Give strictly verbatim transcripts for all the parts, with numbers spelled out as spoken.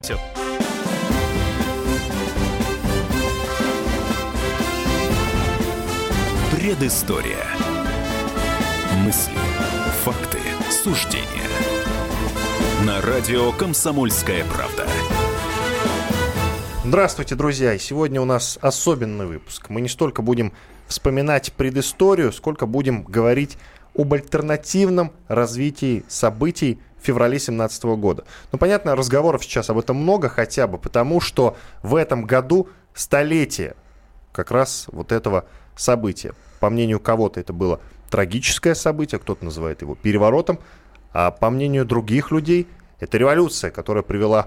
Все. Предыстория. Мысли, факты, суждения. На радио «Комсомольская правда». Здравствуйте, друзья! И сегодня у нас особенный выпуск. Мы не столько будем вспоминать предысторию, сколько будем говорить об альтернативном развитии событий в феврале две тысячи семнадцатого года. Ну, понятно, разговоров сейчас об этом много, хотя бы потому, что в этом году столетие как раз вот этого события. По мнению кого-то это было трагическое событие, кто-то называет его переворотом, а по мнению других людей это революция, которая привела,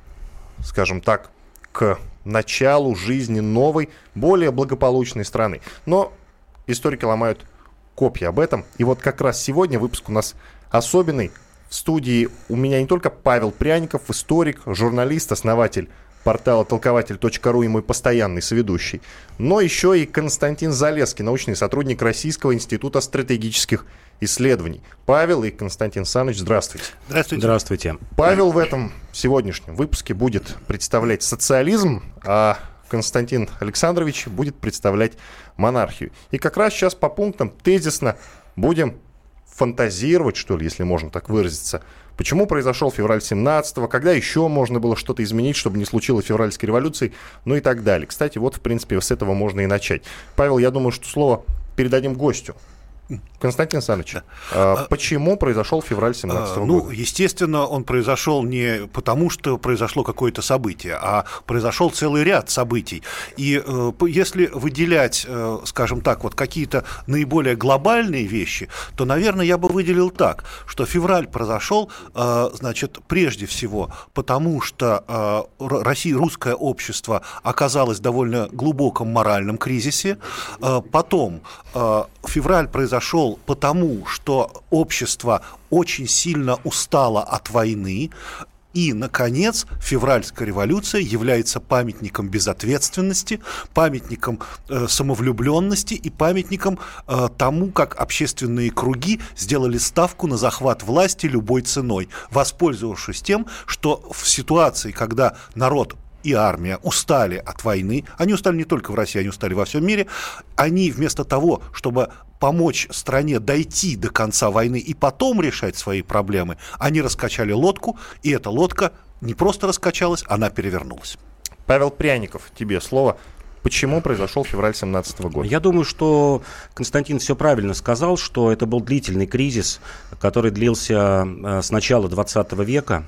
скажем так, к началу жизни новой, более благополучной страны. Но историки ломают копья об этом. И вот как раз сегодня выпуск у нас особенный. В студии у меня не только Павел Пряников, историк, журналист, основатель портала толкователь точка ру и мой постоянный соведущий, но еще и Константин Залесский, научный сотрудник Российского института стратегических исследований. Павел и Константин Саныч, здравствуйте. Здравствуйте. Здравствуйте. Павел в этом сегодняшнем выпуске будет представлять социализм, а Константин Александрович будет представлять монархию. И как раз сейчас по пунктам тезисно будем фантазировать, что ли, если можно так выразиться, почему произошел февраль семнадцатого, когда еще можно было что-то изменить, чтобы не случилось февральской революции, ну и так далее. Кстати, вот, в принципе, с этого можно и начать. Павел, я думаю, что слово передадим гостю. Константин Саныч, да. а, почему произошел февраль семнадцатого а, ну, года? Естественно, он произошел не потому, что произошло какое-то событие, а произошел целый ряд событий. И э, если выделять, э, скажем так, вот какие-то наиболее глобальные вещи, то, наверное, я бы выделил так, что февраль произошел, э, значит, прежде всего потому, что э, Россия, русское общество оказалось в довольно глубоком моральном кризисе. Э, потом э, февраль произошел Зашел потому, что общество очень сильно устало от войны. И, наконец, февральская революция является памятником безответственности, памятником э, самовлюбленности и памятником э, тому, как общественные круги сделали ставку на захват власти любой ценой, воспользовавшись тем, что в ситуации, когда народ и армия устали от войны, они устали не только в России, они устали во всем мире, они вместо того, чтобы помочь стране дойти до конца войны и потом решать свои проблемы, они раскачали лодку, и эта лодка не просто раскачалась, она перевернулась. Павел Пряников, тебе слово. Почему произошел февраль семнадцатого года? Я думаю, что Константин все правильно сказал, что это был длительный кризис, который длился с начала двадцатого века,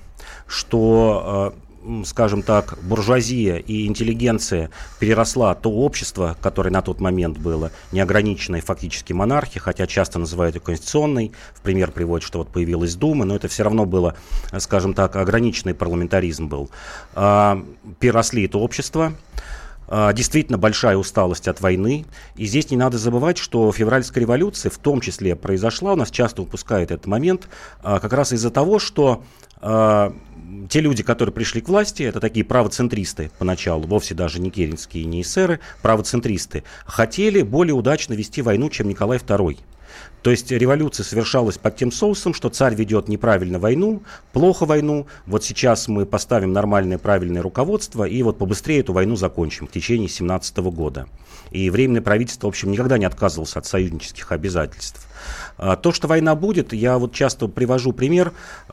что, скажем так, буржуазия и интеллигенция переросла то общество, которое на тот момент было неограниченной фактически монархией, хотя часто называют ее конституционной. В пример приводят, что вот появилась Дума, но это все равно было, скажем так, ограниченный парламентаризм был. Переросли это общество. Действительно большая усталость от войны. И здесь не надо забывать, что февральская революция в том числе произошла, у нас часто упускают этот момент, как раз из-за того, что те люди, которые пришли к власти, это такие правоцентристы поначалу, вовсе даже не керенские, не эсеры, правоцентристы, хотели более удачно вести войну, чем Николай второй. То есть революция совершалась под тем соусом, что царь ведет неправильно войну, плохо войну, вот сейчас мы поставим нормальное, правильное руководство и вот побыстрее эту войну закончим в течение семнадцатого года. И Временное правительство, в общем, никогда не отказывалось от союзнических обязательств. То, что война будет, я вот часто привожу пример.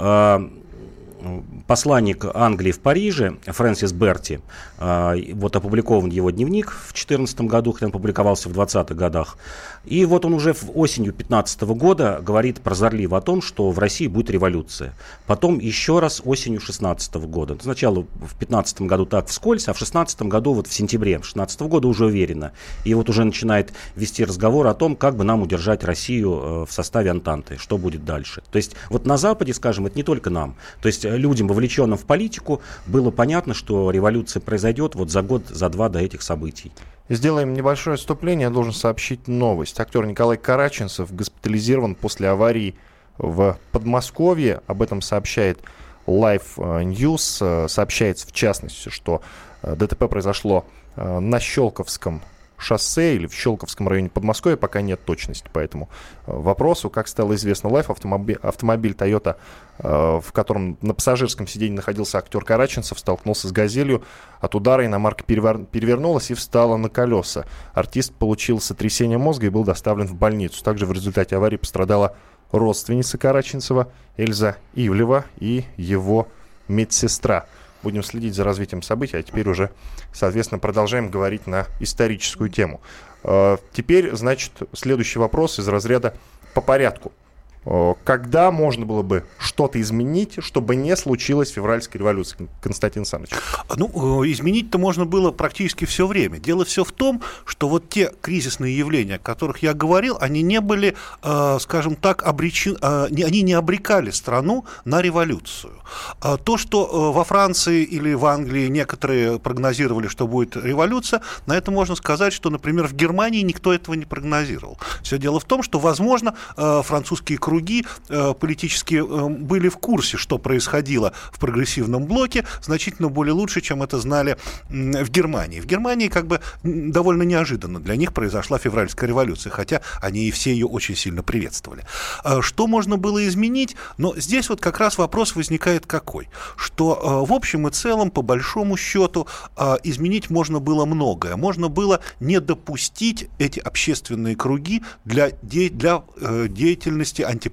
Посланник Англии в Париже Фрэнсис Берти, вот опубликован его дневник в две тысячи четырнадцатом году, хотя он публиковался в двадцатых годах. И вот он уже в осенью две тысячи пятнадцатого года говорит прозорливо о том, что в России будет революция. Потом еще раз осенью две тысячи шестнадцатого года. Сначала в две тысячи пятнадцатом году так вскользь, а в две тысячи шестнадцатом году вот в сентябре две тысячи шестнадцатого года уже уверенно. И вот уже начинает вести разговор о том, как бы нам удержать Россию в составе Антанты, что будет дальше. То есть вот на Западе, скажем, это не только нам. То есть людям, вовлеченным в политику, было понятно, что революция произойдет вот за год, за два до этих событий. Сделаем небольшое отступление. Я должен сообщить новость. Актер Николай Караченцев госпитализирован после аварии в Подмосковье. Об этом сообщает Life News. Сообщается в частности, что ДТП произошло на Щелковском шоссе или в Щелковском районе Подмосковья, пока нет точности по этому вопросу. Как стало известно, Life автомобиль, автомобиль Toyota, в котором на пассажирском сиденье находился актер Караченцев, столкнулся с «Газелью». От удара иномарка перевер... перевернулась и встала на колеса. Артист получил сотрясение мозга и был доставлен в больницу. Также в результате аварии пострадала родственница Караченцева Эльза Ивлева и его медсестра. Будем следить за развитием событий, а теперь уже, соответственно, продолжаем говорить на историческую тему. Теперь, значит, следующий вопрос из разряда по порядку. Когда можно было бы что-то изменить, чтобы не случилось февральской революции, Константин Александрович? Ну, изменить-то можно было практически все время. Дело все в том, что вот те кризисные явления, о которых я говорил, они не были, э, скажем так, обречены, э, они не обрекали страну на революцию. А то, что э, во Франции или в Англии некоторые прогнозировали, что будет революция, на это можно сказать, что, например, в Германии никто этого не прогнозировал. Все дело в том, что, возможно, э, французские круги Круги э, политические э, были в курсе, что происходило в прогрессивном блоке, значительно более лучше, чем это знали э, в Германии. В Германии как бы довольно неожиданно для них произошла февральская революция, хотя они и все ее очень сильно приветствовали. Э, что можно было изменить? Но здесь вот как раз вопрос возникает какой? Что э, в общем и целом, по большому счету, э, изменить можно было многое. Можно было не допустить эти общественные круги для, де- для э, деятельности антиправительственной.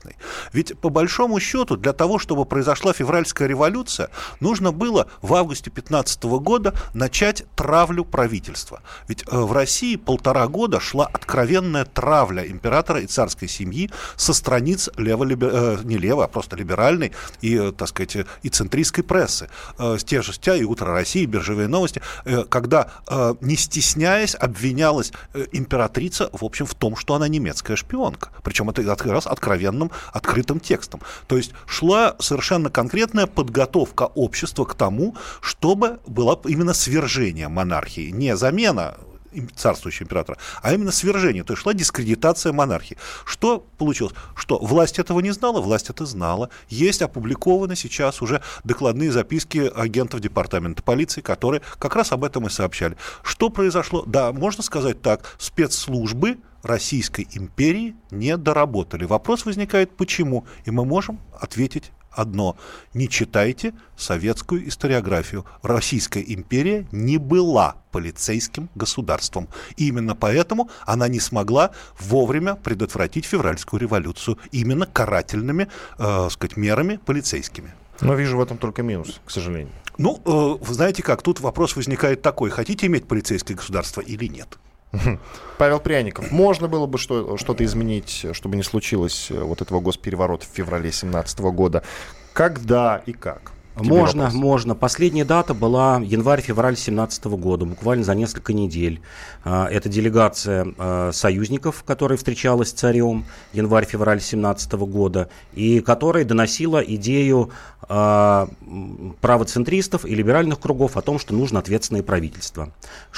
Ведь, по большому счету, для того, чтобы произошла февральская революция, нужно было в августе пятнадцатого года начать травлю правительства. Ведь э, в России полтора года шла откровенная травля императора и царской семьи со страниц лево, э, не лево, а просто либеральной и, э, так сказать, и центристской прессы. Э, те же «Стя» и «Утро России», «Биржевые новости», э, когда, э, не стесняясь, обвинялась э, императрица, в общем, в том, что она немецкая шпионка. Причем это как раз откровенным, открытым текстом. То есть шла совершенно конкретная подготовка общества к тому, чтобы было именно свержение монархии, не замена царствующего императора, а именно свержение, то есть шла дискредитация монархии. Что получилось? Что власть этого не знала, власть это знала. Есть опубликованы сейчас уже докладные записки агентов департамента полиции, которые как раз об этом и сообщали. Что произошло? Да, можно сказать так, спецслужбы Российской империи не доработали. Вопрос возникает, почему? И мы можем ответить одно. Не читайте советскую историографию. Российская империя не была полицейским государством. И именно поэтому она не смогла вовремя предотвратить февральскую революцию именно карательными, э, сказать, мерами полицейскими. Но вижу в этом только минус, к сожалению. Ну, э, вы знаете как, тут вопрос возникает такой. Хотите иметь полицейское государство или нет? Павел Пряников, можно было бы что- что-то изменить, чтобы не случилось вот этого госпереворота в феврале семнадцатого года? Когда и как? Можно, вопрос. можно. Последняя дата была январь-февраль семнадцатого года, буквально за несколько недель. Это делегация союзников, которая встречалась с царем январь-февраль семнадцатого года, и которая доносила идею правоцентристов и либеральных кругов о том, что нужно ответственное правительство,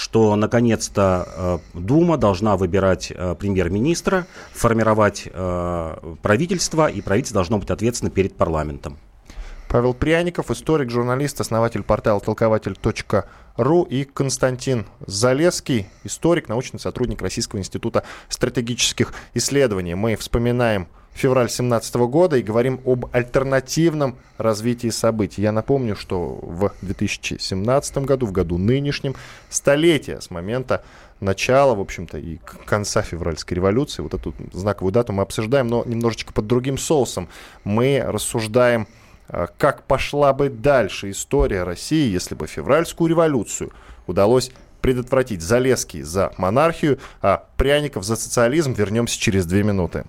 что наконец-то Дума должна выбирать премьер-министра, формировать правительство, и правительство должно быть ответственно перед парламентом. Павел Пряников, историк, журналист, основатель портала толкователь точка ру, и Константин Залесский, историк, научный сотрудник Российского института стратегических исследований. Мы вспоминаем февраль семнадцатого года и говорим об альтернативном развитии событий. Я напомню, что в две тысячи семнадцатом году, в году нынешнем, столетие с момента начала, в общем-то, и конца февральской революции, вот эту знаковую дату мы обсуждаем, но немножечко под другим соусом. Мы рассуждаем, как пошла бы дальше история России, если бы февральскую революцию удалось предотвратить. Залесский за монархию, а Пряников за социализм. Вернемся через две минуты.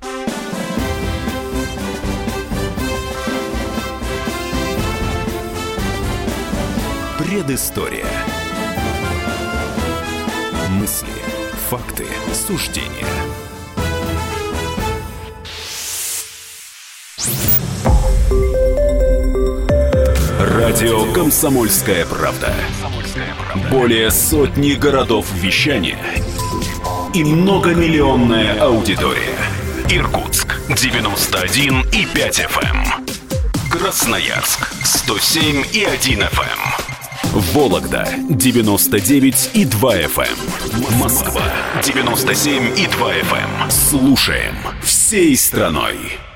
Предыстория. Мысли, факты, суждения. Радио «Комсомольская правда». Более сотни городов вещания и многомиллионная аудитория. Иркутск девяносто один и пять эф эм, Красноярск сто семь и один эф эм, Вологда девяносто девять и два эф эм. Москва девяносто семь и два эф эм. Слушаем всей страной.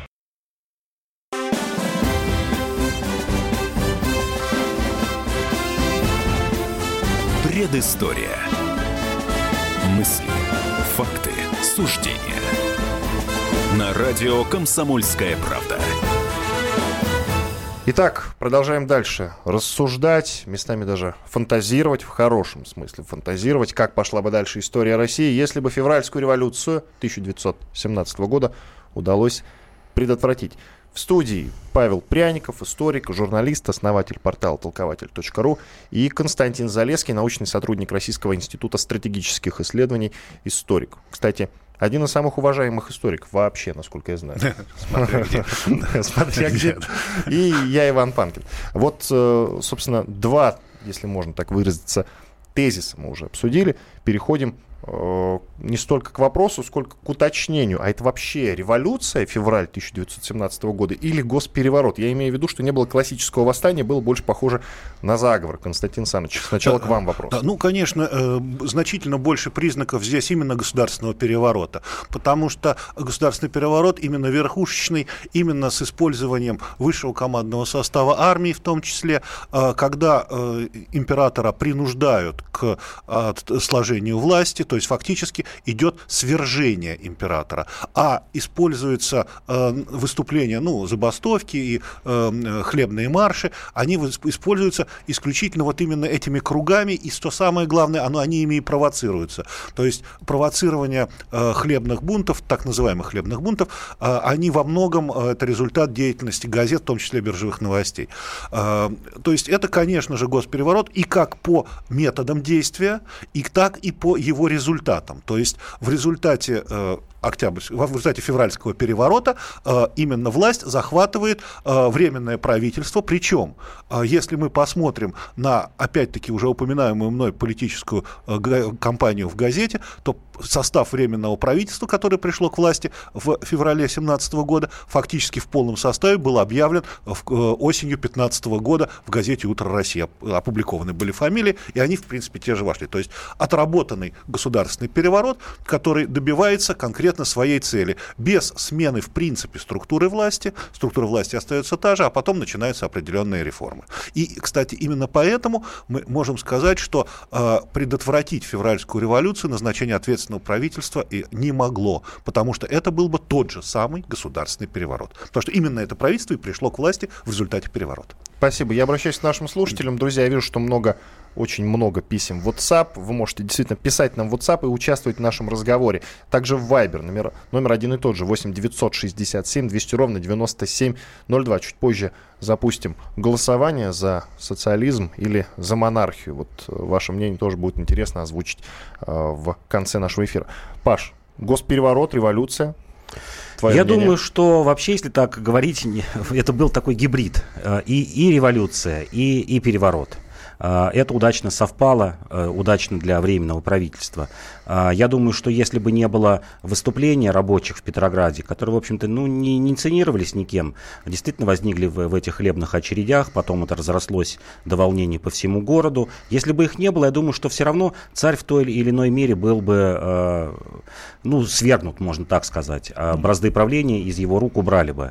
Предыстория. Мысли, факты, суждения. На радио «Комсомольская правда». Итак, продолжаем дальше рассуждать, местами даже фантазировать, в хорошем смысле фантазировать, как пошла бы дальше история России, если бы февральскую революцию тысяча девятьсот семнадцатого года удалось предотвратить. В студии Павел Пряников, историк, журналист, основатель портала толкователь точка ру, и Константин Залесский, научный сотрудник Российского института стратегических исследований, историк. Кстати, один из самых уважаемых историков вообще, насколько я знаю. Смотря где. И я, Иван Панкин. Вот, собственно, два, если можно так выразиться, тезиса мы уже обсудили. Переходим не столько к вопросу, сколько к уточнению. А это вообще революция, февраль тысяча девятьсот семнадцатого года, или госпереворот? Я имею в виду, что не было классического восстания, было больше похоже на заговор. Константин Саныч, сначала к вам вопрос. Да, ну, конечно, э, значительно больше признаков здесь именно государственного переворота, потому что государственный переворот именно верхушечный, именно с использованием высшего командного состава армии, в том числе, э, когда э, императора принуждают к э, сложению власти, то есть фактически идет свержение императора, а используются э, выступления, ну, забастовки и э, хлебные марши, они используются исключительно вот именно этими кругами, и что самое главное, оно, они ими и провоцируются. То есть провоцирование э, хлебных бунтов, так называемых хлебных бунтов, э, они во многом э, это результат деятельности газет, в том числе биржевых новостей. Э, то есть это, конечно же, госпереворот, и как по методам действия, и так и по его результатам. результатом. То есть в результате э, октябрьского, в результате февральского переворота э, именно власть захватывает э, временное правительство. Причем, э, если мы посмотрим на, опять-таки, уже упоминаемую мной политическую э, г- кампанию в газете, то состав временного правительства, которое пришло к власти в феврале семнадцатого года, фактически в полном составе был объявлен в, э, осенью пятнадцатого года в газете «Утро России». Опубликованы были фамилии, и они, в принципе, те же вошли. То есть отработанный государственный переворот, который добивается конкретно своей цели. Без смены, в принципе, структуры власти. Структура власти остается та же, а потом начинаются определенные реформы. И, кстати, именно поэтому мы можем сказать, что э, предотвратить февральскую революцию назначение ответственного правительства и не могло, потому что это был бы тот же самый государственный переворот. Потому что именно это правительство и пришло к власти в результате переворота. Спасибо. Я обращаюсь к нашим слушателям. Друзья, я вижу, что много, очень много писем в WhatsApp. Вы можете действительно писать нам в WhatsApp и участвовать в нашем разговоре. Также в Viber. Номер, номер один и тот же. восемь девятьсот шестьдесят семь двести ровно девяносто семь ноль два. Чуть позже запустим голосование за социализм или за монархию. Вот ваше мнение тоже будет интересно озвучить э, в конце нашего эфира. Паш, госпереворот, революция. Твое Я мнение? думаю, что вообще, если так говорить, это был такой гибрид. И, и революция, и, и переворот. Это удачно совпало, удачно для Временного правительства. Я думаю, что если бы не было выступления рабочих в Петрограде, которые, в общем-то, ну, не, не инициировались никем, действительно возникли в, в этих хлебных очередях, потом это разрослось до волнений по всему городу. Если бы их не было, я думаю, что все равно царь в той или иной мере был бы, ну, свергнут, можно так сказать. Бразды правления из его рук убрали бы.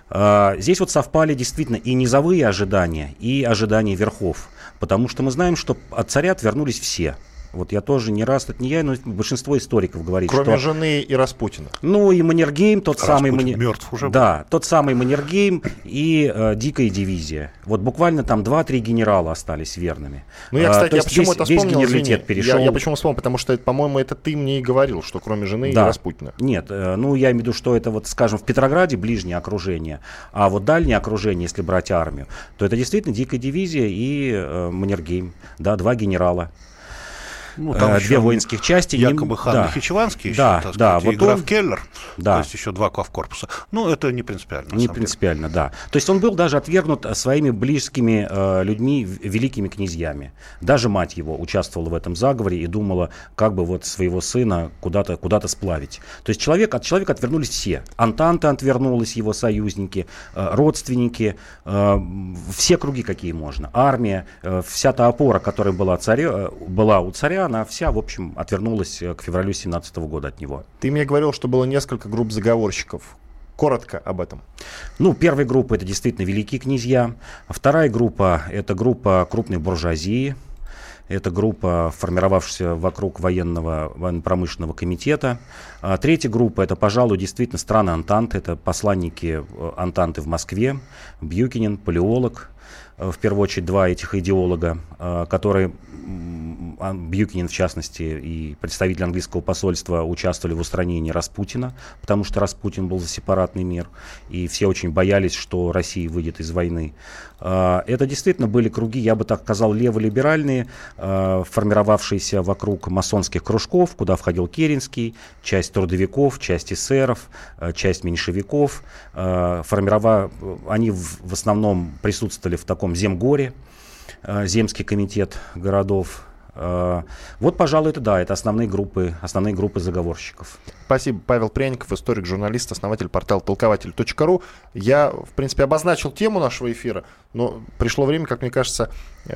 Здесь вот совпали действительно и низовые ожидания, и ожидания верхов. Потому что мы знаем, что от царя отвернулись все. Вот я тоже не раз, это не я, но большинство историков говорит, Кроме что... Кроме жены и Распутина. Ну и Маннергейм, тот Распутин самый... Мани... мертв уже. Да, тот самый Маннергейм и э, Дикая дивизия. Вот буквально там два-три генерала остались верными. Ну я, кстати, а, я почему это вспомнил, извини, перешел... я, я почему вспомнил, потому что, по-моему, это ты мне и говорил, что кроме жены да. и Распутина. Нет, э, ну я имею в виду, что это вот, скажем, в Петрограде ближнее окружение, а вот дальнее окружение, если брать армию, то это действительно Дикая дивизия и э, Маннергейм, да, два генерала. Ну, там две воинских части. Якобы хан да. Нахичеванский, да, еще, да, сказать, вот и граф он... Келлер, да. то есть еще два главкорпуса. Ну, это не принципиально. Не принципиально, да. То есть он был даже отвергнут своими близкими э, людьми, великими князьями. Даже мать его участвовала в этом заговоре и думала, как бы вот своего сына куда-то, куда-то сплавить. То есть человек, от человека отвернулись все. Антанта отвернулась, его союзники, э, родственники, э, все круги, какие можно. Армия, э, вся та опора, которая была, царя, э, была у царя, она вся, в общем, отвернулась к февралю семнадцатого года от него. Ты мне говорил, что было несколько групп заговорщиков. Коротко об этом. Ну, первая группа — это действительно великие князья. Вторая группа — это группа крупной буржуазии. Это группа, формировавшаяся вокруг военного, военно-промышленного комитета. А третья группа — это, пожалуй, действительно страны Антанты. Это посланники Антанты в Москве. Бьюкенен, Палеолог. В первую очередь два этих идеолога, которые, Бьюкенен в частности и представитель английского посольства, участвовали в устранении Распутина, потому что Распутин был за сепаратный мир, и все очень боялись, что Россия выйдет из войны. Это действительно были круги, я бы так сказал, леволиберальные, формировавшиеся вокруг масонских кружков, куда входил Керенский, часть трудовиков, часть эсеров, часть меньшевиков. Формировав... Они в основном присутствовали в таком земгоре, земский комитет городов. Вот, пожалуй, это да, это основные группы, основные группы заговорщиков. Спасибо. Павел Пряников, историк, журналист, основатель портала толкователь точка ру. Я, в принципе, обозначил тему нашего эфира, но пришло время, как мне кажется,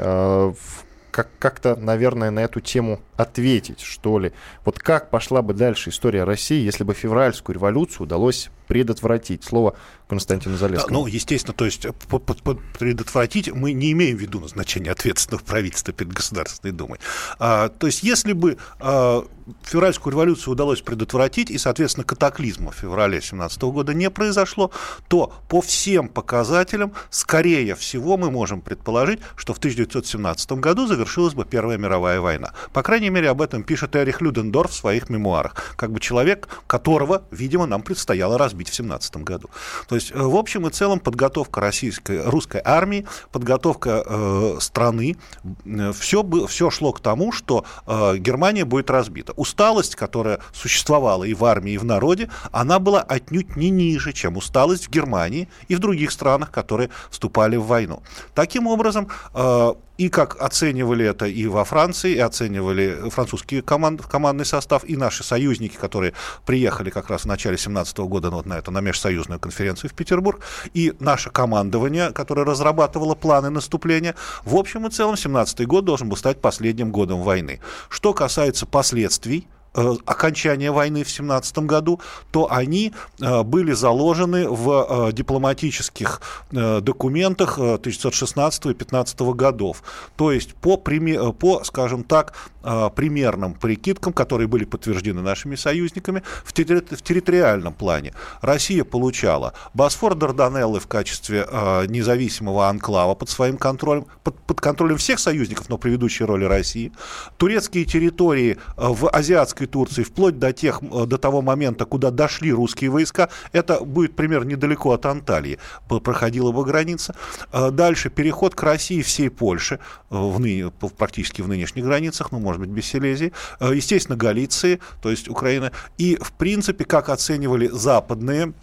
как- как-то, наверное, на эту тему ответить, что ли. Вот как пошла бы дальше история России, если бы февральскую революцию удалось предотвратить? Слово Константину Залесскому. Да, ну, естественно, то есть по- по- по- предотвратить мы не имеем в виду назначение ответственного правительства перед Государственной Думой. А, то есть если бы а, февральскую революцию удалось предотвратить и, соответственно, катаклизма в феврале семнадцатого года не произошло, то по всем показателям, скорее всего, мы можем предположить, что в тысяча девятьсот семнадцатом году завершилась бы Первая мировая война. По крайней мере, об этом пишет Эрих Людендорф в своих мемуарах, как бы человек, которого, видимо, нам предстояло разбить в семнадцатом году. То есть, в общем и целом, подготовка российской, русской армии, подготовка э, страны, э, все, все шло к тому, что э, Германия будет разбита. Усталость, которая существовала и в армии, и в народе, она была отнюдь не ниже, чем усталость в Германии и в других странах, которые вступали в войну. Таким образом, э, и как оценивали это и во Франции, и оценивали французский команд, командный состав, и наши союзники, которые приехали как раз в начале семнадцатого года вот на, это, на межсоюзную конференцию в Петербург, и наше командование, которое разрабатывало планы наступления. В общем и целом, семнадцатый год должен был стать последним годом войны. Что касается последствий окончания войны в семнадцатом году, то они э, были заложены в э, дипломатических э, документах тысяча девятьсот шестнадцатого и пятнадцатого годов. То есть по, по, скажем так, э, примерным прикидкам, которые были подтверждены нашими союзниками, в, терри- в территориальном плане Россия получала Босфор-Дарданеллы в качестве э, независимого анклава под своим контролем, под, под контролем всех союзников, но при ведущей роли России, турецкие территории э, в азиатской Турции, вплоть до, тех, до того момента, куда дошли русские войска, это будет примерно недалеко от Анталии, проходила бы граница. Дальше переход к России всей Польши, в ны... практически в нынешних границах, ну, может быть, без Силезии, естественно, Галиции, то есть Украины, и, в принципе, как оценивали западные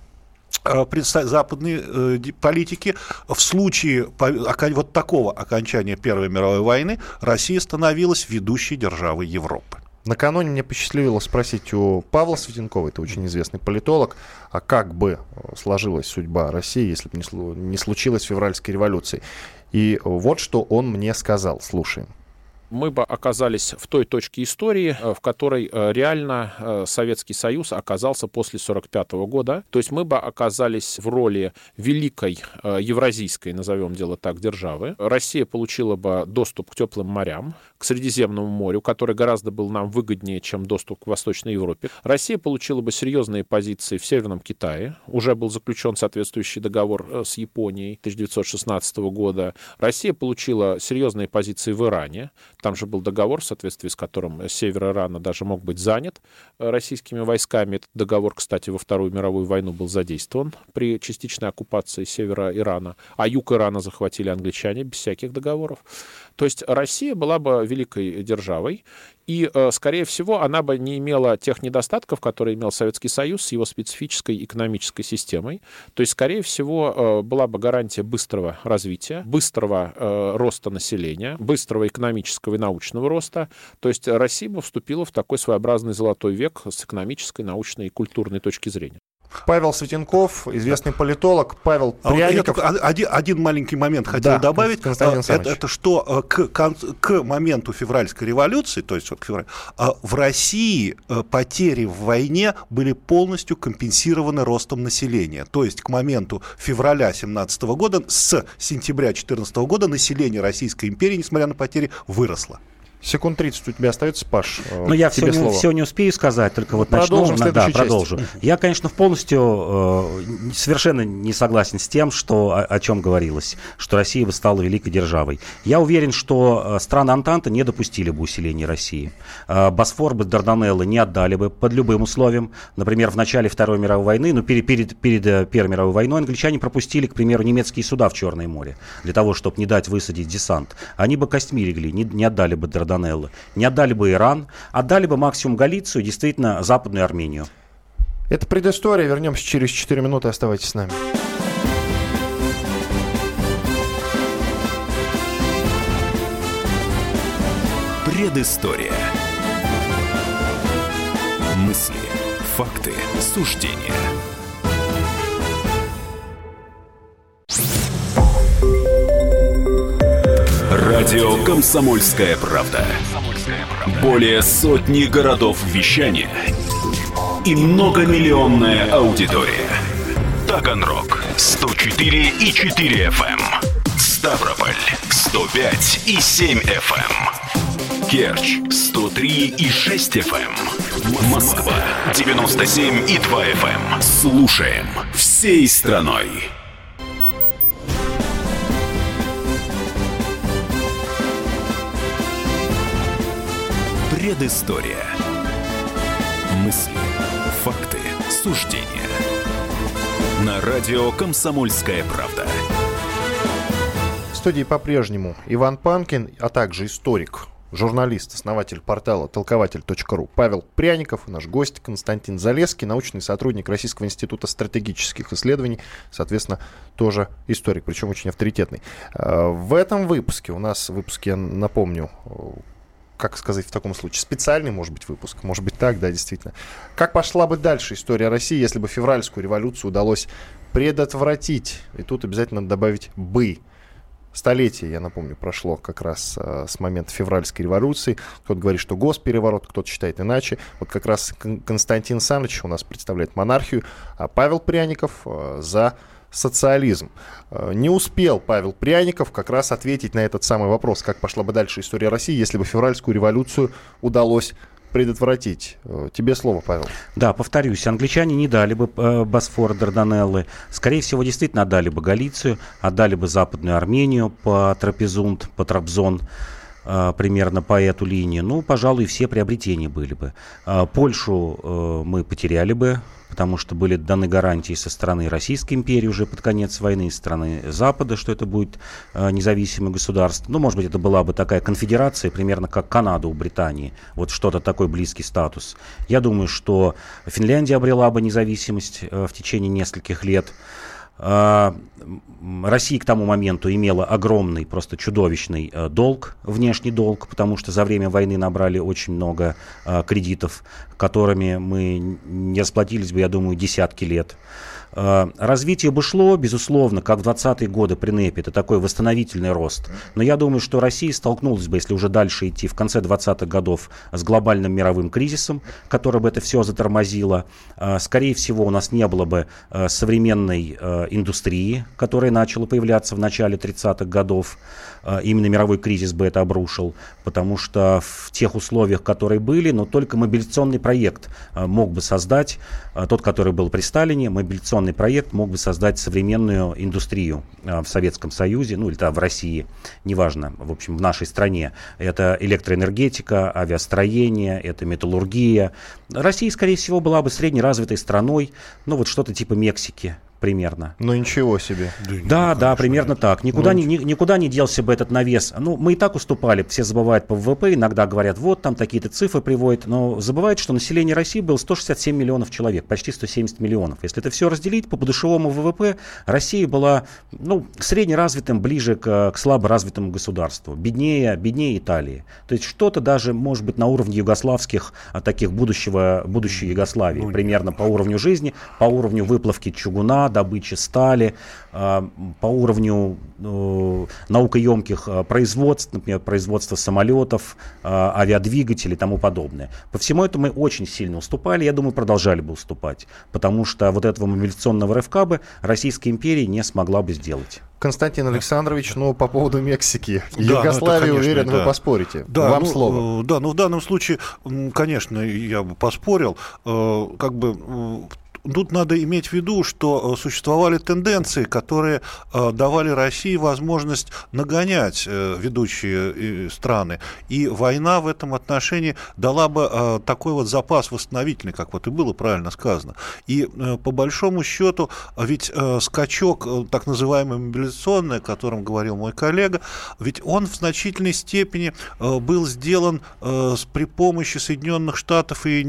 западные э, политики, в случае вот такого окончания Первой мировой войны Россия становилась ведущей державой Европы. Накануне мне посчастливилось спросить у Павла Светенкова, это очень известный политолог, а как бы сложилась судьба России, если бы не случилось февральской революции. И вот что он мне сказал. Слушаем. Мы бы оказались в той точке истории, в которой реально Советский Союз оказался после сорок пятого года. То есть мы бы оказались в роли великой евразийской, назовем дело так, державы. Россия получила бы доступ к теплым морям, к Средиземному морю, который гораздо был нам выгоднее, чем доступ к Восточной Европе. Россия получила бы серьезные позиции в Северном Китае. Уже был заключен соответствующий договор с Японией тысяча девятьсот шестнадцатого года. Россия получила серьезные позиции в Иране. Там же был договор, в соответствии с которым север Ирана даже мог быть занят российскими войсками. Этот договор, кстати, во Вторую мировую войну был задействован при частичной оккупации севера Ирана. А юг Ирана захватили англичане без всяких договоров. То есть Россия была бы великой державой, И, скорее всего, она бы не имела тех недостатков, которые имел Советский Союз с его специфической экономической системой. То есть, скорее всего, была бы гарантия быстрого развития, быстрого роста населения, быстрого экономического и научного роста. То есть Россия бы вступила в такой своеобразный золотой век с экономической, научной и культурной точки зрения. Павел Светенков, известный политолог. Павел Пряников. А вот один, один маленький момент хотел да, добавить. Это, это что к, к моменту февральской революции, то есть вот к февралю, в России потери в войне были полностью компенсированы ростом населения. То есть к моменту февраля семнадцатого года, с сентября четырнадцатого года население Российской империи, несмотря на потери, выросло. Секунд тридцать у тебя остается, Паш. Ну, я все не, все не успею сказать, только вот продолжим начну. Да, части. продолжу. Я, конечно, полностью э, совершенно не согласен с тем, что, о, о чем говорилось, что Россия бы стала великой державой. Я уверен, что э, страны Антанты не допустили бы усиления России. Э, Босфор бы, Дарданеллы не отдали бы под любым условием. Например, в начале Второй мировой войны, ну, перед, перед, перед Первой мировой войной англичане пропустили, к примеру, немецкие суда в Черное море для того, чтобы не дать высадить десант. Они бы костьми легли, не, не отдали бы Дарданеллы. Не отдали бы Иран, отдали бы максимум Галицию, действительно, Западную Армению. Это предыстория. Вернемся через четыре минуты. Оставайтесь с нами. Предыстория. Мысли, факты, суждения. Радио «Комсомольская правда». Более сотни городов вещания и многомиллионная аудитория. Таганрог сто четыре и четыре эф эм, Ставрополь сто пять и семь эф эм, Керчь сто три и шесть эф эм, Москва девяносто семь и два эф эм. Слушаем всей страной. Предыстория. Мысли, факты, суждения. На радио «Комсомольская правда». В студии по-прежнему Иван Панкин, а также историк, журналист, основатель портала толкователь точка ру Павел Пряников, наш гость Константин Залесский, научный сотрудник Российского института стратегических исследований, соответственно, тоже историк, причем очень авторитетный. В этом выпуске, у нас в выпуске, я напомню, как сказать в таком случае, специальный, может быть, выпуск, может быть так, да, действительно. Как пошла бы дальше история России, если бы февральскую революцию удалось предотвратить? И тут обязательно надо добавить «бы». Столетие, я напомню, прошло как раз а, с момента февральской революции. Кто-то говорит, что госпереворот, кто-то считает иначе. Вот как раз Константин Саныч у нас представляет монархию, а Павел Пряников а, за социализм. Не успел Павел Пряников как раз ответить на этот самый вопрос, как пошла бы дальше история России, если бы февральскую революцию удалось предотвратить. Тебе слово, Павел. Да, повторюсь, англичане не дали бы э, Босфор, Дарданеллы. Скорее всего, действительно отдали бы Галицию, отдали бы Западную Армению по Трапезунд, по Трабзон, э, примерно по эту линию. Ну, пожалуй, все приобретения были бы. Э, Польшу э, мы потеряли бы, потому что были даны гарантии со стороны Российской империи уже под конец войны, со стороны Запада, что это будет э, независимое государство. Ну, может быть, это была бы такая конфедерация, примерно как Канада у Британии. Вот что-то такой близкий статус. Я думаю, что Финляндия обрела бы независимость э, в течение нескольких лет. Россия к тому моменту имела огромный, просто чудовищный э, долг, внешний долг, потому что за время войны набрали очень много э, кредитов, которыми мы не расплатились бы, я думаю, десятки лет. Э, развитие бы шло, безусловно, как в двадцатые годы при НЭПе, это такой восстановительный рост. Но я думаю, что Россия столкнулась бы, если уже дальше идти, в конце двадцатых годов с глобальным мировым кризисом, который бы это все затормозило. Э, скорее всего, у нас не было бы э, современной э, индустрии, которая начала появляться в начале тридцатых годов. Именно мировой кризис бы это обрушил, потому что в тех условиях, которые были, но только мобилизационный проект мог бы создать, тот, который был при Сталине, мобилизационный проект мог бы создать современную индустрию в Советском Союзе, ну или там в России, неважно, в общем, в нашей стране. Это электроэнергетика, авиастроение, это металлургия. Россия, скорее всего, была бы среднеразвитой страной, ну вот что-то типа Мексики. примерно. Ну ничего себе. Да, да, да, примерно нет. так. Никуда, ну, ни, никуда не делся бы этот навес. Ну, мы и так уступали. Все забывают по ВВП, иногда говорят, вот там такие-то цифры приводят, но забывают, что население России было сто шестьдесят семь миллионов человек, почти сто семьдесят миллионов. Если это все разделить по подушевому ВВП, Россия была, ну, среднеразвитым, ближе к, к слаборазвитому государству, беднее, беднее Италии. То есть что-то даже, может быть, на уровне югославских, таких будущего, будущей Югославии, ну, примерно по уровню жизни, по уровню выплавки чугуна, добычи стали, по уровню наукоемких производств, например, производства самолетов, авиадвигателей и тому подобное. По всему этому мы очень сильно уступали, я думаю, продолжали бы уступать, потому что вот этого мобилизационного рывка бы Российская империя не смогла бы сделать. Константин Александрович, ну, по поводу Мексики. Да, Югославию, ну, уверен, да. вы поспорите. Да, Вам ну, слово. Да, но в данном случае, конечно, я бы поспорил. Как бы... Тут надо иметь в виду, что существовали тенденции, которые давали России возможность нагонять ведущие страны. И война в этом отношении дала бы такой вот запас восстановительный, как вот и было правильно сказано. И по большому счету, ведь скачок, так называемый мобилизационный, о котором говорил мой коллега, ведь он в значительной степени был сделан при помощи Соединенных Штатов и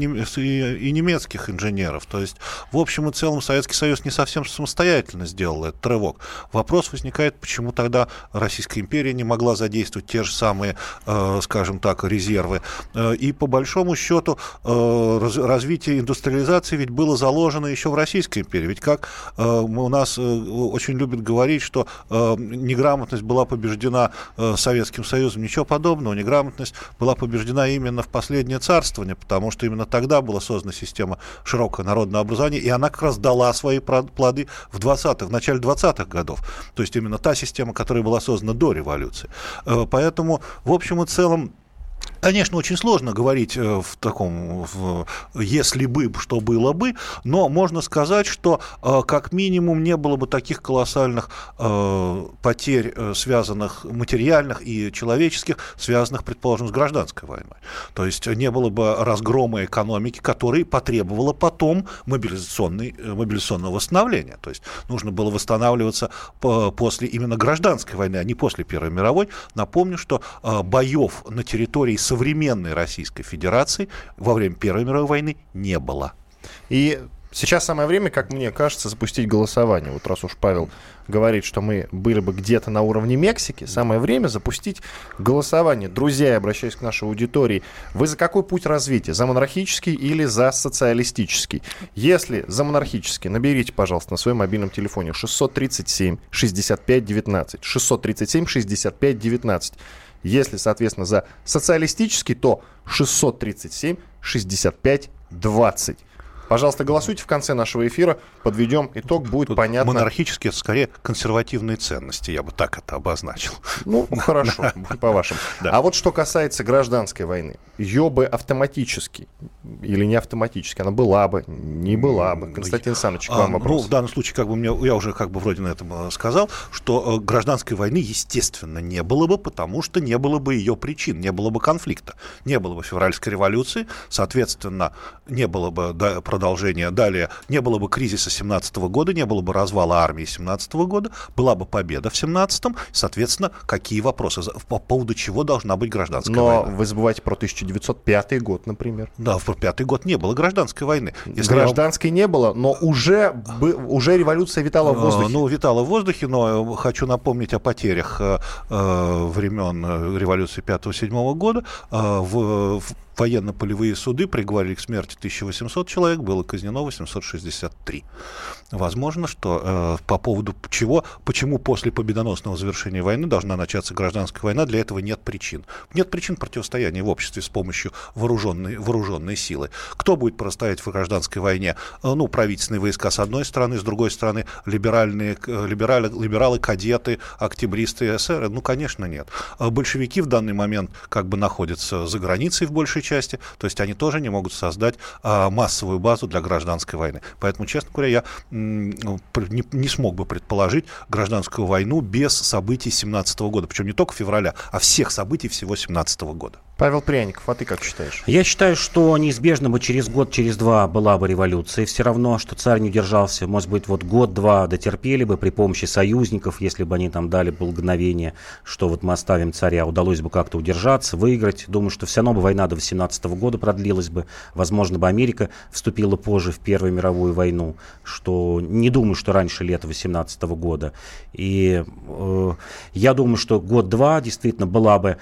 немецких инженеров. То есть в общем и целом Советский Союз не совсем самостоятельно сделал этот рывок. Вопрос возникает, почему тогда Российская империя не могла задействовать те же самые, э, скажем так, резервы. Э, и по большому счету э, раз, развитие индустриализации ведь было заложено еще в Российской империи. Ведь как э, у нас э, очень любят говорить, что э, неграмотность была побеждена э, Советским Союзом. Ничего подобного. Неграмотность была побеждена именно в последнее царствование, потому что именно тогда была создана система широкого народного образования, и она как раз дала свои плоды в двадцатых, в начале двадцатых годов. То есть именно та система, которая была создана до революции. Поэтому, в общем и целом, конечно, очень сложно говорить в таком, в, если бы, что было бы, но можно сказать, что э, как минимум не было бы таких колоссальных э, потерь, э, связанных материальных и человеческих, связанных, предположим, с гражданской войной. То есть не было бы разгрома экономики, который потребовало потом мобилизационной, мобилизационного восстановления. То есть нужно было восстанавливаться по, после именно гражданской войны, а не после Первой мировой. Напомню, что э, боев на территории современной Российской Федерации во время Первой мировой войны не было. И сейчас самое время, как мне кажется, запустить голосование. Вот раз уж Павел говорит, что мы были бы где-то на уровне Мексики, самое время запустить голосование. Друзья, я обращаюсь к нашей аудитории. Вы за какой путь развития? За монархический или за социалистический? Если за монархический, наберите, пожалуйста, на своем мобильном телефоне шестьсот тридцать семь шестьдесят пять девятнадцать. шестьсот тридцать семь шестьдесят пять девятнадцать. Если, соответственно, за социалистический, то шестьсот тридцать семь шестьдесят пять двадцать. Пожалуйста, голосуйте в конце нашего эфира, подведем итог, будет Тут понятно. Монархические, это скорее консервативные ценности, я бы так это обозначил. Ну, хорошо, по-вашему. А вот что касается гражданской войны, ее бы автоматически или не автоматически, она была бы, не была бы. Константин Александрович, к вам вопрос. Ну, в данном случае, как бы мне, я уже как бы вроде на этом сказал, что гражданской войны, естественно, не было бы, потому что не было бы ее причин, не было бы конфликта, не было бы февральской революции, соответственно, не было бы продолжения. Продолжение. Далее, не было бы кризиса семнадцатого года, не было бы развала армии семнадцатого года, была бы победа в семнадцатом. Соответственно, какие вопросы? По поводу чего должна быть гражданская Но война? Но вы забываете про тысяча девятьсот пятый год, например. Да, в пятый год не было гражданской войны. Если гражданской я... не было, но уже, уже революция витала в воздухе. Ну, витала в воздухе, но хочу напомнить о потерях э, времен революции пятого-седьмого года. Э, в, в военно-полевые суды приговорили к смерти тысяча восемьсот человек, было казнено восемьсот шестьдесят три. Возможно, что э, по поводу чего, почему после победоносного завершения войны должна начаться гражданская война, для этого нет причин. Нет причин противостояния в обществе с помощью вооруженной, вооруженной силы. Кто будет противостоять в гражданской войне? Э, ну, правительственные войска с одной стороны, с другой стороны либеральные, либерали, либералы, кадеты, октябристы, эсеры? Ну, конечно, нет. Большевики в данный момент как бы находятся за границей в большей части, то есть они тоже не могут создать а, массовую базу для гражданской войны. Поэтому, честно говоря, я м, не, не смог бы предположить гражданскую войну без событий семнадцатого года, причем не только февраля, а всех событий всего семнадцатого года. Павел Пряников, а ты как считаешь? Я считаю, что неизбежно бы через год, через два была бы революция. Все равно, что царь не удержался. Может быть, вот год-два дотерпели бы при помощи союзников, если бы они там дали благоговение, что вот мы оставим царя, удалось бы как-то удержаться, выиграть. Думаю, что все равно бы война до восемнадцатого года продлилась бы. Возможно, бы Америка вступила позже в Первую мировую войну, что не думаю, что раньше лета восемнадцатого года. И э, я думаю, что год-два действительно была бы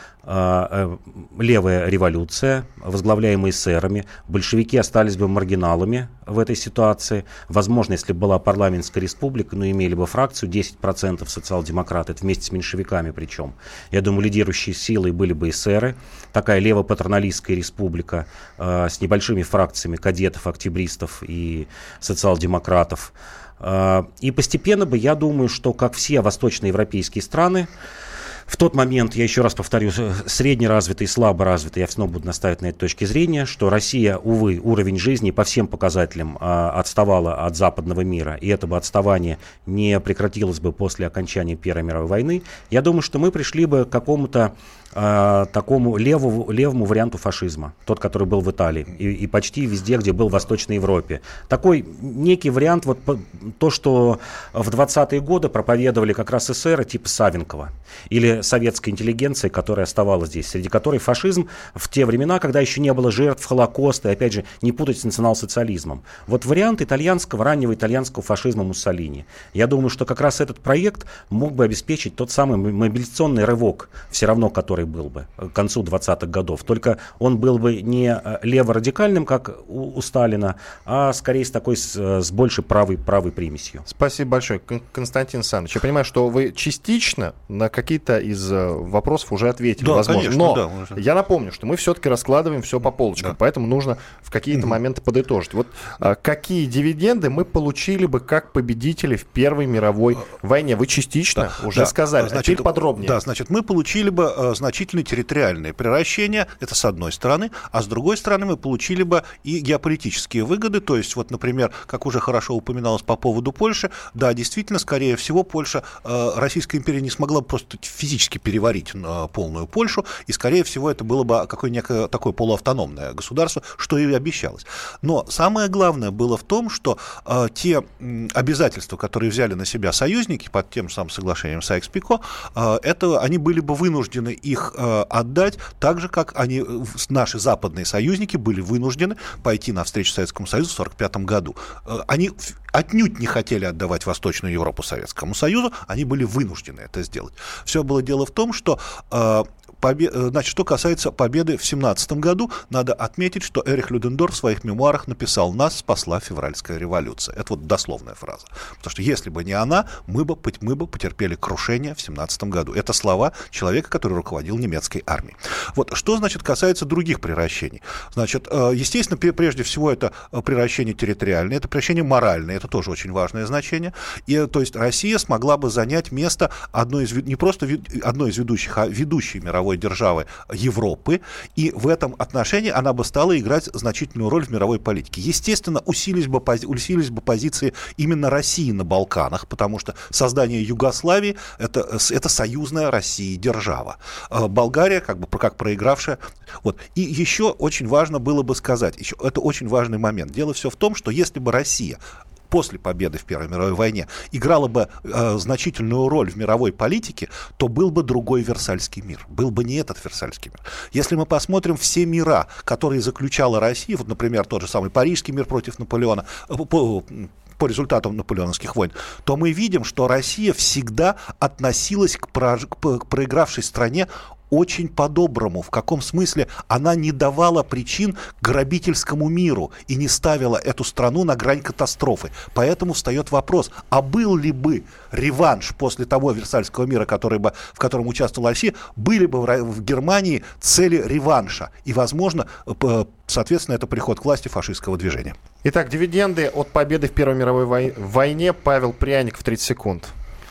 э, э, левая революция, возглавляемая эсерами. Большевики остались бы маргиналами в этой ситуации. Возможно, если бы была парламентская республика, но имели бы фракцию десять процентов социал-демократы, это вместе с меньшевиками причем. Я думаю, лидирующей силой были бы эсеры. Такая лево-патроналистская республика э, с небольшими фракциями кадетов, октябристов и социал-демократов. Э, и постепенно бы, я думаю, что как все восточноевропейские страны, в тот момент, я еще раз повторю, среднеразвитый и слаборазвитый, я снова буду настаивать на этой точке зрения, что Россия, увы, уровень жизни по всем показателям а, отставала от западного мира, и это бы отставание не прекратилось бы после окончания Первой мировой войны. Я думаю, что мы пришли бы к какому-то а, такому левому, левому варианту фашизма, тот, который был в Италии, и, и почти везде, где был в Восточной Европе. Такой некий вариант, вот то, что в двадцатые годы проповедовали как раз эсеры типа Савенкова, или советской интеллигенции, которая оставалась здесь, среди которой фашизм в те времена, когда еще не было жертв Холокоста, и опять же, не путать с национал-социализмом. Вот вариант итальянского, раннего итальянского фашизма Муссолини. Я думаю, что как раз этот проект мог бы обеспечить тот самый мобилизационный рывок, все равно который был бы к концу двадцатых годов. Только он был бы не леворадикальным, как у, у Сталина, а скорее с такой, с, с большей правой, правой примесью. Спасибо большое, Константин Александрович. Я понимаю, что вы частично на какие-то из вопросов уже ответили, да, возможно. Конечно, но да, можно. Я напомню, что мы все-таки раскладываем все по полочкам, да. Поэтому нужно в какие-то угу. моменты подытожить. Вот а, какие дивиденды мы получили бы как победители в Первой мировой войне? Вы частично да, уже да. сказали, значит, а теперь подробнее. Да, значит, мы получили бы э, значительные территориальные приращения, это с одной стороны, а с другой стороны мы получили бы и геополитические выгоды, то есть, вот, например, как уже хорошо упоминалось по поводу Польши, да, действительно, скорее всего, Польша, э, Российская империя не смогла бы просто физически переварить на полную Польшу, и, скорее всего, это было бы какое-некое такое полуавтономное государство, что и обещалось. Но самое главное было в том, что э, те м, обязательства, которые взяли на себя союзники под тем самым соглашением Сайкс-Пико, э, это, они были бы вынуждены их э, отдать, так же, как они, наши западные союзники были вынуждены пойти навстречу Советскому Союзу в сорок пятом году. Э, они отнюдь не хотели отдавать Восточную Европу Советскому Союзу, они были вынуждены это сделать. Все было дело в том, что э, побе... Значит, что касается победы в семнадцатом году, надо отметить, что Эрих Людендорф в своих мемуарах написал: «Нас спасла февральская революция». Это вот дословная фраза. Потому что если бы не она, мы бы, мы бы потерпели крушение в семнадцатом году. Это слова человека, который руководил немецкой армией. Вот что, значит, касается других приращений. Значит, естественно, прежде всего, это приращение территориальное, это приращение моральное, это тоже очень важное значение. И, то есть Россия смогла бы занять место одной из, не просто одной из ведущих, а ведущей мировой державы Европы, и в этом отношении она бы стала играть значительную роль в мировой политике. Естественно, усилились бы, усилились бы позиции именно России на Балканах, потому что создание Югославии — это, это союзная России держава. Болгария как бы как проигравшая. Вот. И еще очень важно было бы сказать, еще, это очень важный момент. Дело все в том, что если бы Россия после победы в Первой мировой войне играла бы э, значительную роль в мировой политике, то был бы другой Версальский мир. Был бы не этот Версальский мир. Если мы посмотрим все мира, которые заключала Россия, вот, например, тот же самый Парижский мир против Наполеона, э, по, по результатам наполеоновских войн, то мы видим, что Россия всегда относилась к, про, к проигравшей стране очень по-доброму. В каком смысле? Она не давала причин грабительскому миру и не ставила эту страну на грань катастрофы. Поэтому встает вопрос, а был ли бы реванш после того Версальского мира, который бы, в котором участвовала Россия, были бы в, в Германии цели реванша? И, возможно, соответственно, это приход к власти фашистского движения. Итак, дивиденды от победы в Первой мировой вой... войне. Павел Пряников, тридцать секунд.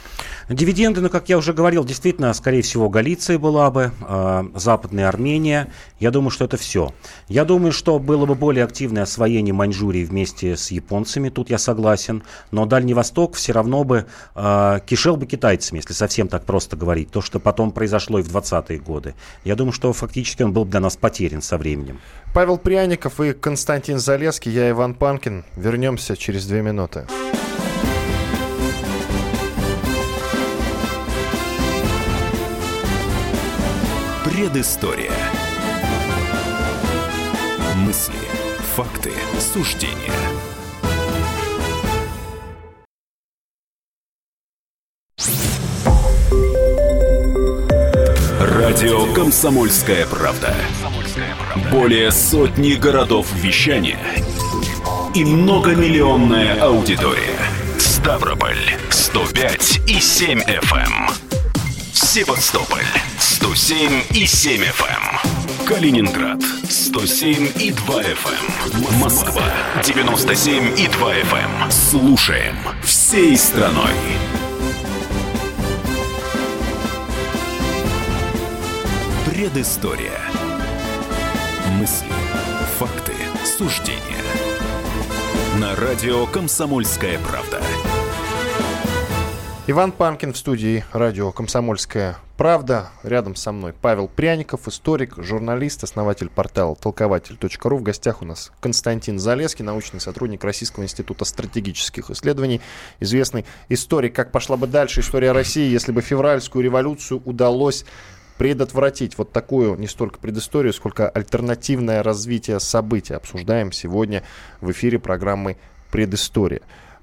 Дивиденды, ну, как я уже говорил, действительно, скорее всего, Галиция была бы, э, Западная Армения. Я думаю, что это все. Я думаю, что было бы более активное освоение Маньчжурии вместе с японцами, тут я согласен. Но Дальний Восток все равно бы э, кишел бы китайцами, если совсем так просто говорить. То, что потом произошло и в двадцатые годы. Я думаю, что фактически он был бы для нас потерян со временем. Павел Пряников и Константин Залесский, я Иван Панкин. Вернемся через две минуты. Предыстория. Мысли, факты, суждения. Радио «Комсомольская правда». Более сотни городов вещания и многомиллионная аудитория. Ставрополь сто пять и семь эф эм. Севастополь сто семь и семь эф эм. Калининград сто семь и два эф эм. Москва девяносто семь и два эф эм. Слушаем всей страной. Предыстория. Мысли, факты, суждения. На радио «Комсомольская правда». Иван Панкин в студии радио «Комсомольская правда». Рядом со мной Павел Пряников, историк, журналист, основатель портала толкователь точка ру. В гостях у нас Константин Залесский, научный сотрудник Российского института стратегических исследований, известный историк. Как пошла бы дальше история России, если бы февральскую революцию удалось предотвратить? Вот такую не столько предысторию, сколько альтернативное развитие событий обсуждаем сегодня в эфире программы «Предыстория».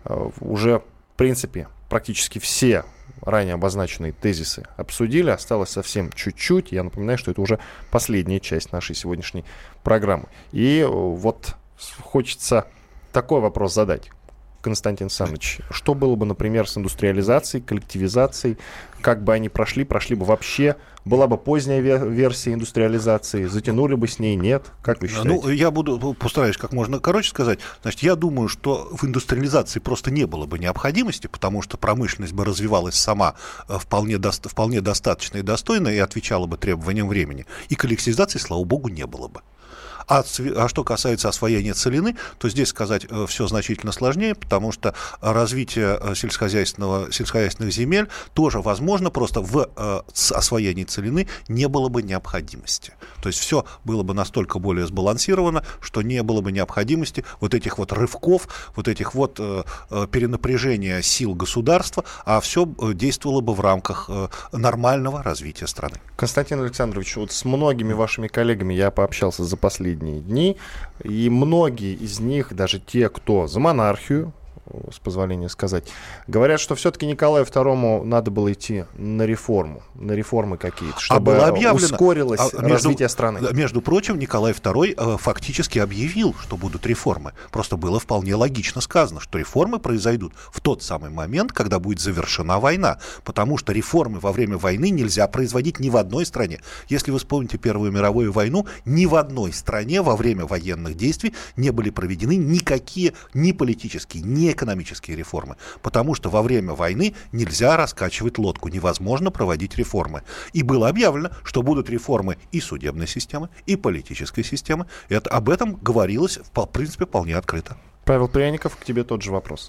Уже, в принципе, практически все ранее обозначенные тезисы обсудили. Осталось совсем чуть-чуть. Я напоминаю, что это уже последняя часть нашей сегодняшней программы. И вот хочется такой вопрос задать. Константин Александрович, что было бы, например, с индустриализацией, коллективизацией? Как бы они прошли, прошли бы вообще? Была бы поздняя версия индустриализации, затянули бы с ней, нет? Как вы считаете? Ну, я буду, постараюсь как можно короче сказать. Значит, я думаю, что в индустриализации просто не было бы необходимости, потому что промышленность бы развивалась сама вполне, до, вполне достаточно и достойно и отвечала бы требованиям времени. И коллективизации, слава богу, не было бы. А, а что касается освоения целины, то здесь сказать э, все значительно сложнее, потому что развитие э, сельскохозяйственного, сельскохозяйственных земель тоже возможно, просто в э, освоении целины не было бы необходимости. То есть все было бы настолько более сбалансировано, что не было бы необходимости вот этих вот рывков, вот этих вот э, перенапряжения сил государства, а все действовало бы в рамках э, нормального развития страны. Константин Александрович, вот с многими вашими коллегами я пообщался за последние дни, и многие из них, даже те, кто за монархию, с позволения сказать, говорят, что все-таки Николаю второму надо было идти на реформу, на реформы какие-то, чтобы а объявлено, ускорилось а, между, развитие страны. Между прочим, Николай второй э, фактически объявил, что будут реформы. Просто было вполне логично сказано, что реформы произойдут в тот самый момент, когда будет завершена война, потому что реформы во время войны нельзя производить ни в одной стране. Если вы вспомните Первую мировую войну, ни в одной стране во время военных действий не были проведены никакие ни политические, ни экономические реформы, потому что во время войны нельзя раскачивать лодку, невозможно проводить реформы. И было объявлено, что будут реформы и судебной системы, и политической системы. Это, об этом говорилось, в принципе, вполне открыто. Павел Пряников, к тебе тот же вопрос.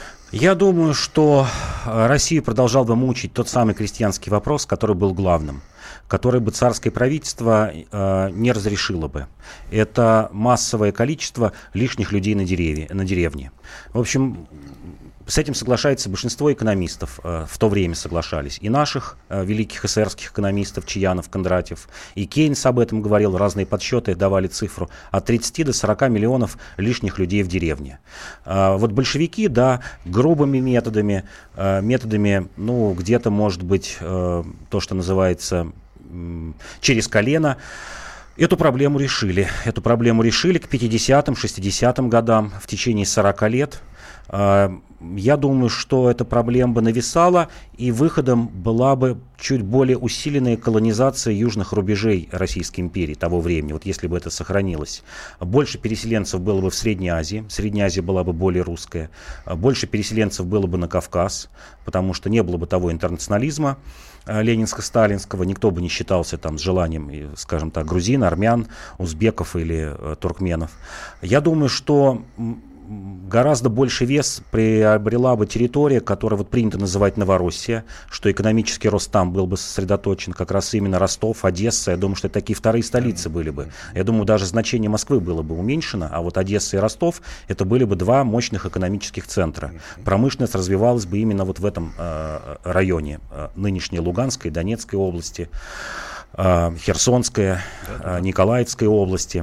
Я думаю, что Россию продолжал бы мучить тот самый крестьянский вопрос, который был главным, который бы царское правительство э, не разрешило бы. Это массовое количество лишних людей на, дереве, на деревне. В общем, с этим соглашается большинство экономистов, э, в то время соглашались. И наших э, великих эсерских экономистов, Чаянов, Кондратьев, и Кейнс об этом говорил, разные подсчеты давали цифру, от тридцати до сорока миллионов лишних людей в деревне. Э, вот большевики, да, грубыми методами, э, методами, ну, где-то, может быть, э, то, что называется через колено, эту проблему решили. Эту проблему решили к пятидесятым, шестидесятым годам, в течение сорока лет. я думаю, что эта проблема бы нависала, и выходом была бы чуть более усиленная колонизация южных рубежей Российской империи того времени, вот если бы это сохранилось. Больше переселенцев было бы в Средней Азии, Средняя Азия была бы более русская, больше переселенцев было бы на Кавказ, потому что не было бы того интернационализма ленинско-сталинского, никто бы не считался там с желанием, скажем так, грузин, армян, узбеков или э, туркменов. Я думаю, что гораздо больше вес приобрела бы территория, которая вот принято называть Новороссия, что экономический рост там был бы сосредоточен, как раз именно Ростов, Одесса. Я думаю, что это такие вторые столицы были бы. Я думаю, даже значение Москвы было бы уменьшено, а вот Одесса и Ростов это были бы два мощных экономических центра. Промышленность развивалась бы именно вот в этом э, районе э, нынешней Луганской, Донецкой области, э, Херсонской, э, Николаевской области.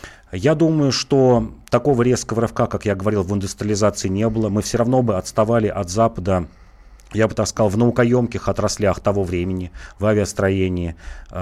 Я думаю, что такого резкого рывка, как я говорил, в индустриализации не было. Мы все равно бы отставали от Запада, я бы так сказал, в наукоемких отраслях того времени, в авиастроении,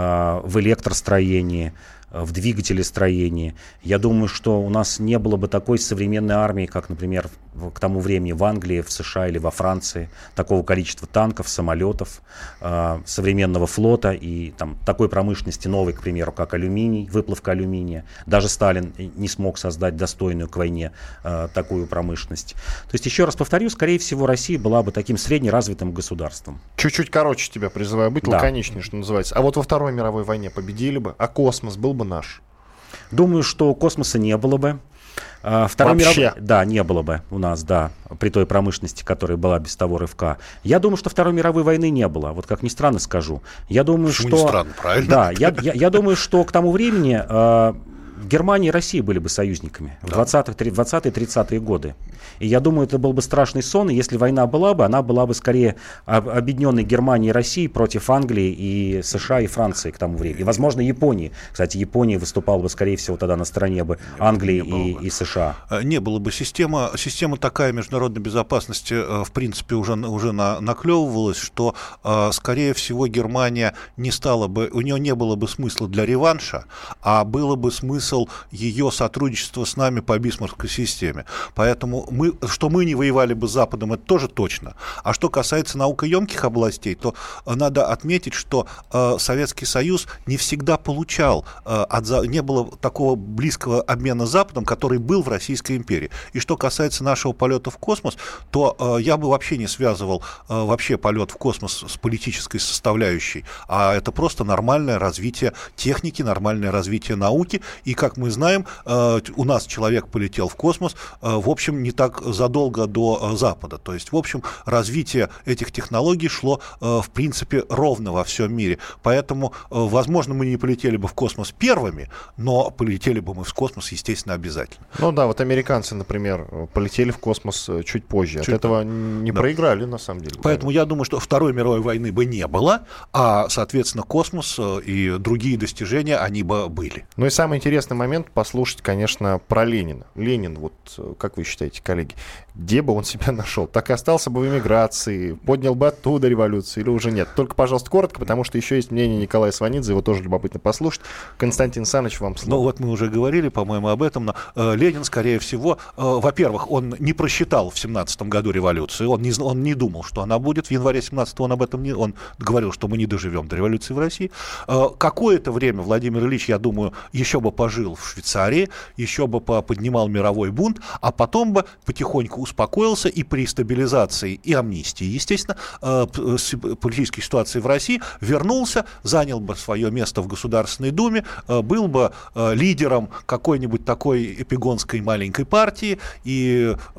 в электростроении, в двигателестроении. Я думаю, что у нас не было бы такой современной армии, как, например, к тому времени в Англии, в США или во Франции, такого количества танков, самолетов, э, современного флота и там, такой промышленности новой, к примеру, как алюминий, выплавка алюминия. Даже Сталин не смог создать достойную к войне э, такую промышленность. То есть, еще раз повторю, скорее всего, Россия была бы таким среднеразвитым государством. Чуть-чуть короче тебя призываю быть, да. лаконичнее, что называется. А вот во Второй мировой войне победили бы, а космос был бы наш? Думаю, что космоса не было бы. Второй Вообще? мировой... Да, не было бы у нас, да, при той промышленности, которая была без того рывка. Я думаю, что Второй мировой войны не было. Вот как ни странно скажу. Я думаю, Почему что... не странно, правильно? Да, я, я, я думаю, что к тому времени э, Германия и Россия были бы союзниками да. в двадцатые-тридцатые годы. И я думаю, это был бы страшный сон, и если война была бы, она была бы скорее объединенной Германией и Россией против Англии и США и Франции к тому времени. И, возможно, Японии. Кстати, Япония выступала бы, скорее всего, тогда на стороне бы Англии и, и США. Не было бы. Система, система такая международной безопасности, в принципе, уже, уже на, наклевывалась, что, скорее всего, Германия не стала бы, у нее не было бы смысла для реванша, а было бы смысл ее сотрудничества с нами по Бисмаркской системе. Поэтому мы, что мы не воевали бы с Западом, это тоже точно. А что касается наукоемких областей, то надо отметить, что э, Советский Союз не всегда получал, э, от, не было такого близкого обмена с Западом, который был в Российской империи. И что касается нашего полета в космос, то э, я бы вообще не связывал э, вообще полет в космос с политической составляющей, а это просто нормальное развитие техники, нормальное развитие науки. И, как мы знаем, э, у нас человек полетел в космос, э, в общем, не так задолго до э, Запада. То есть, в общем, развитие этих технологий шло, э, в принципе, ровно во всем мире. Поэтому, э, возможно, мы не полетели бы в космос первыми, но полетели бы мы в космос, естественно, обязательно. Ну да, вот американцы, например, полетели в космос чуть позже. Чуть От этого так. не да. проиграли, на самом деле. Поэтому правильно. Я думаю, что Второй мировой войны бы не было, а, соответственно, космос и другие достижения, они бы были. Ну и самый интересный момент послушать, конечно, про Ленина. Ленин, вот как вы считаете, коллеги, где бы он себя нашел? Так и остался бы в эмиграции, поднял бы оттуда революцию или уже нет? Только, пожалуйста, коротко, потому что еще есть мнение Николая Сванидзе, его тоже любопытно послушать. Константин Саныч, вам слово. Ну вот мы уже говорили, по-моему, об этом, но э, Ленин, скорее всего, э, во-первых, он не просчитал в семнадцатом году революцию, он не, он не думал, что она будет. В январе семнадцатого он об этом не... Он говорил, что мы не доживем до революции в России. Э, какое-то время Владимир Ильич, я думаю, еще бы пожил в Швейцарии, еще бы поднимал мировой бунт, а потом бы потихоньку успокоился и при стабилизации и амнистии, естественно, э, политической ситуации в России вернулся, занял бы свое место в Государственной Думе, э, был бы э, лидером какой-нибудь такой эпигонской маленькой партии и э,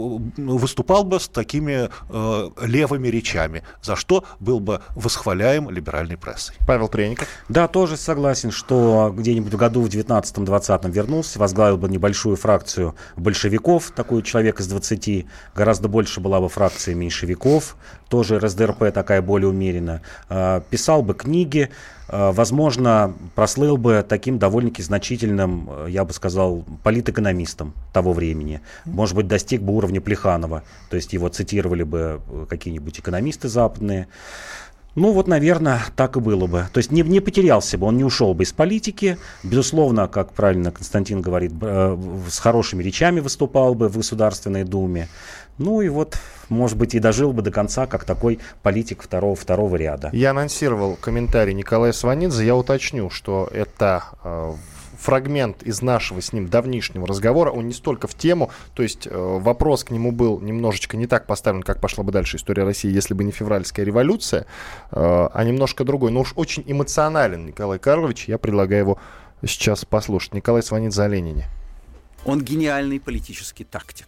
выступал бы с такими э, левыми речами, за что был бы восхваляем либеральной прессой. Павел Тренников. Да, тоже согласен, что где-нибудь в году в девятнадцатом-двадцатом вернулся, возглавил бы небольшую фракцию большевиков, такой человек из двадцати, гораздо больше была бы фракция меньшевиков, тоже эр эс дэ эр пэ такая более умеренная, писал бы книги, возможно, прослыл бы таким довольно-таки значительным, я бы сказал, политэкономистом того времени. Может быть, достиг бы уровня Плеханова, то есть его цитировали бы какие-нибудь экономисты западные. Ну вот, наверное, так и было бы. То есть не, не потерялся бы, он не ушел бы из политики. Безусловно, как правильно Константин говорит, с хорошими речами выступал бы в Государственной Думе. Ну и вот, может быть, и дожил бы до конца, как такой политик второго, второго ряда. Я анонсировал комментарий Николая Сванидзе. Я уточню, что это э, фрагмент из нашего с ним давнишнего разговора. Он не столько в тему, то есть э, вопрос к нему был немножечко не так поставлен, как пошла бы дальше история России, если бы не февральская революция, э, а немножко другой. Но уж очень эмоционален Николай Карлович. Я предлагаю его сейчас послушать. Николай Сванидзе о Ленине. Он гениальный политический тактик.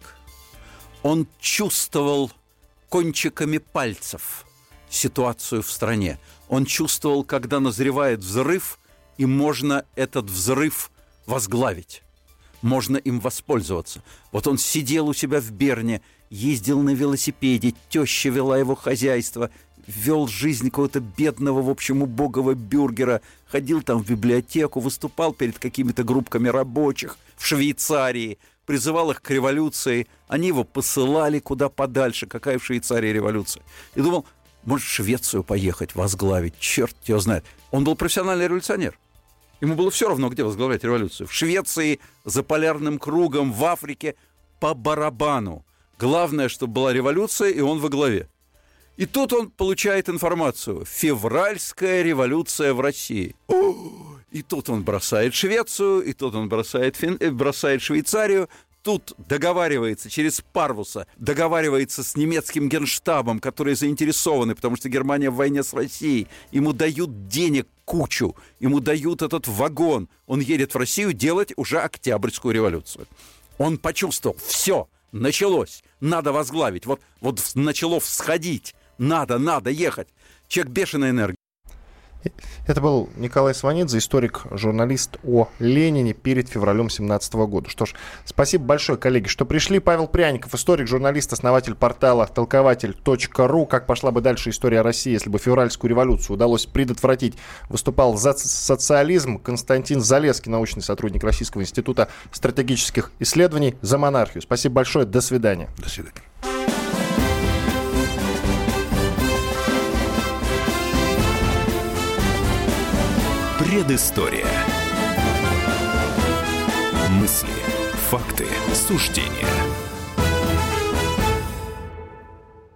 Он чувствовал кончиками пальцев ситуацию в стране. Он чувствовал, когда назревает взрыв, и можно этот взрыв возглавить. Можно им воспользоваться. Вот он сидел у себя в Берне, ездил на велосипеде, теща вела его хозяйство, вел жизнь какого-то бедного, в общем, убогого бюргера, ходил там в библиотеку, выступал перед какими-то группками рабочих в Швейцарии, призывал их к революции, они его посылали куда подальше, какая в Швейцарии революция. И думал, может, в Швецию поехать, возглавить, черт его знает. Он был профессиональный революционер. Ему было все равно, где возглавлять революцию. В Швеции, за полярным кругом, в Африке, по барабану. Главное, чтобы была революция, и он во главе. И тут он получает информацию. Февральская революция в России. И тут он бросает Швецию, и тут он бросает, Фин... бросает Швейцарию. Тут договаривается через Парвуса, договаривается с немецким генштабом, которые заинтересованы, потому что Германия в войне с Россией. Ему дают денег кучу, ему дают этот вагон. Он едет в Россию делать уже Октябрьскую революцию. Он почувствовал, все, началось, надо возглавить. Вот, вот начало всходить, надо, надо ехать. Человек бешеной энергии. Это был Николай Сванидзе, историк, журналист о Ленине перед февралем семнадцатого года. Что ж, спасибо большое, коллеги, что пришли. Павел Пряников, историк, журналист, основатель портала толкователь точка ру. Как пошла бы дальше история России, если бы февральскую революцию удалось предотвратить? Выступал за социализм. Константин Залесский, научный сотрудник Российского института стратегических исследований, за монархию. Спасибо большое. До свидания. До свидания. Предыстория. Мысли, факты, суждения.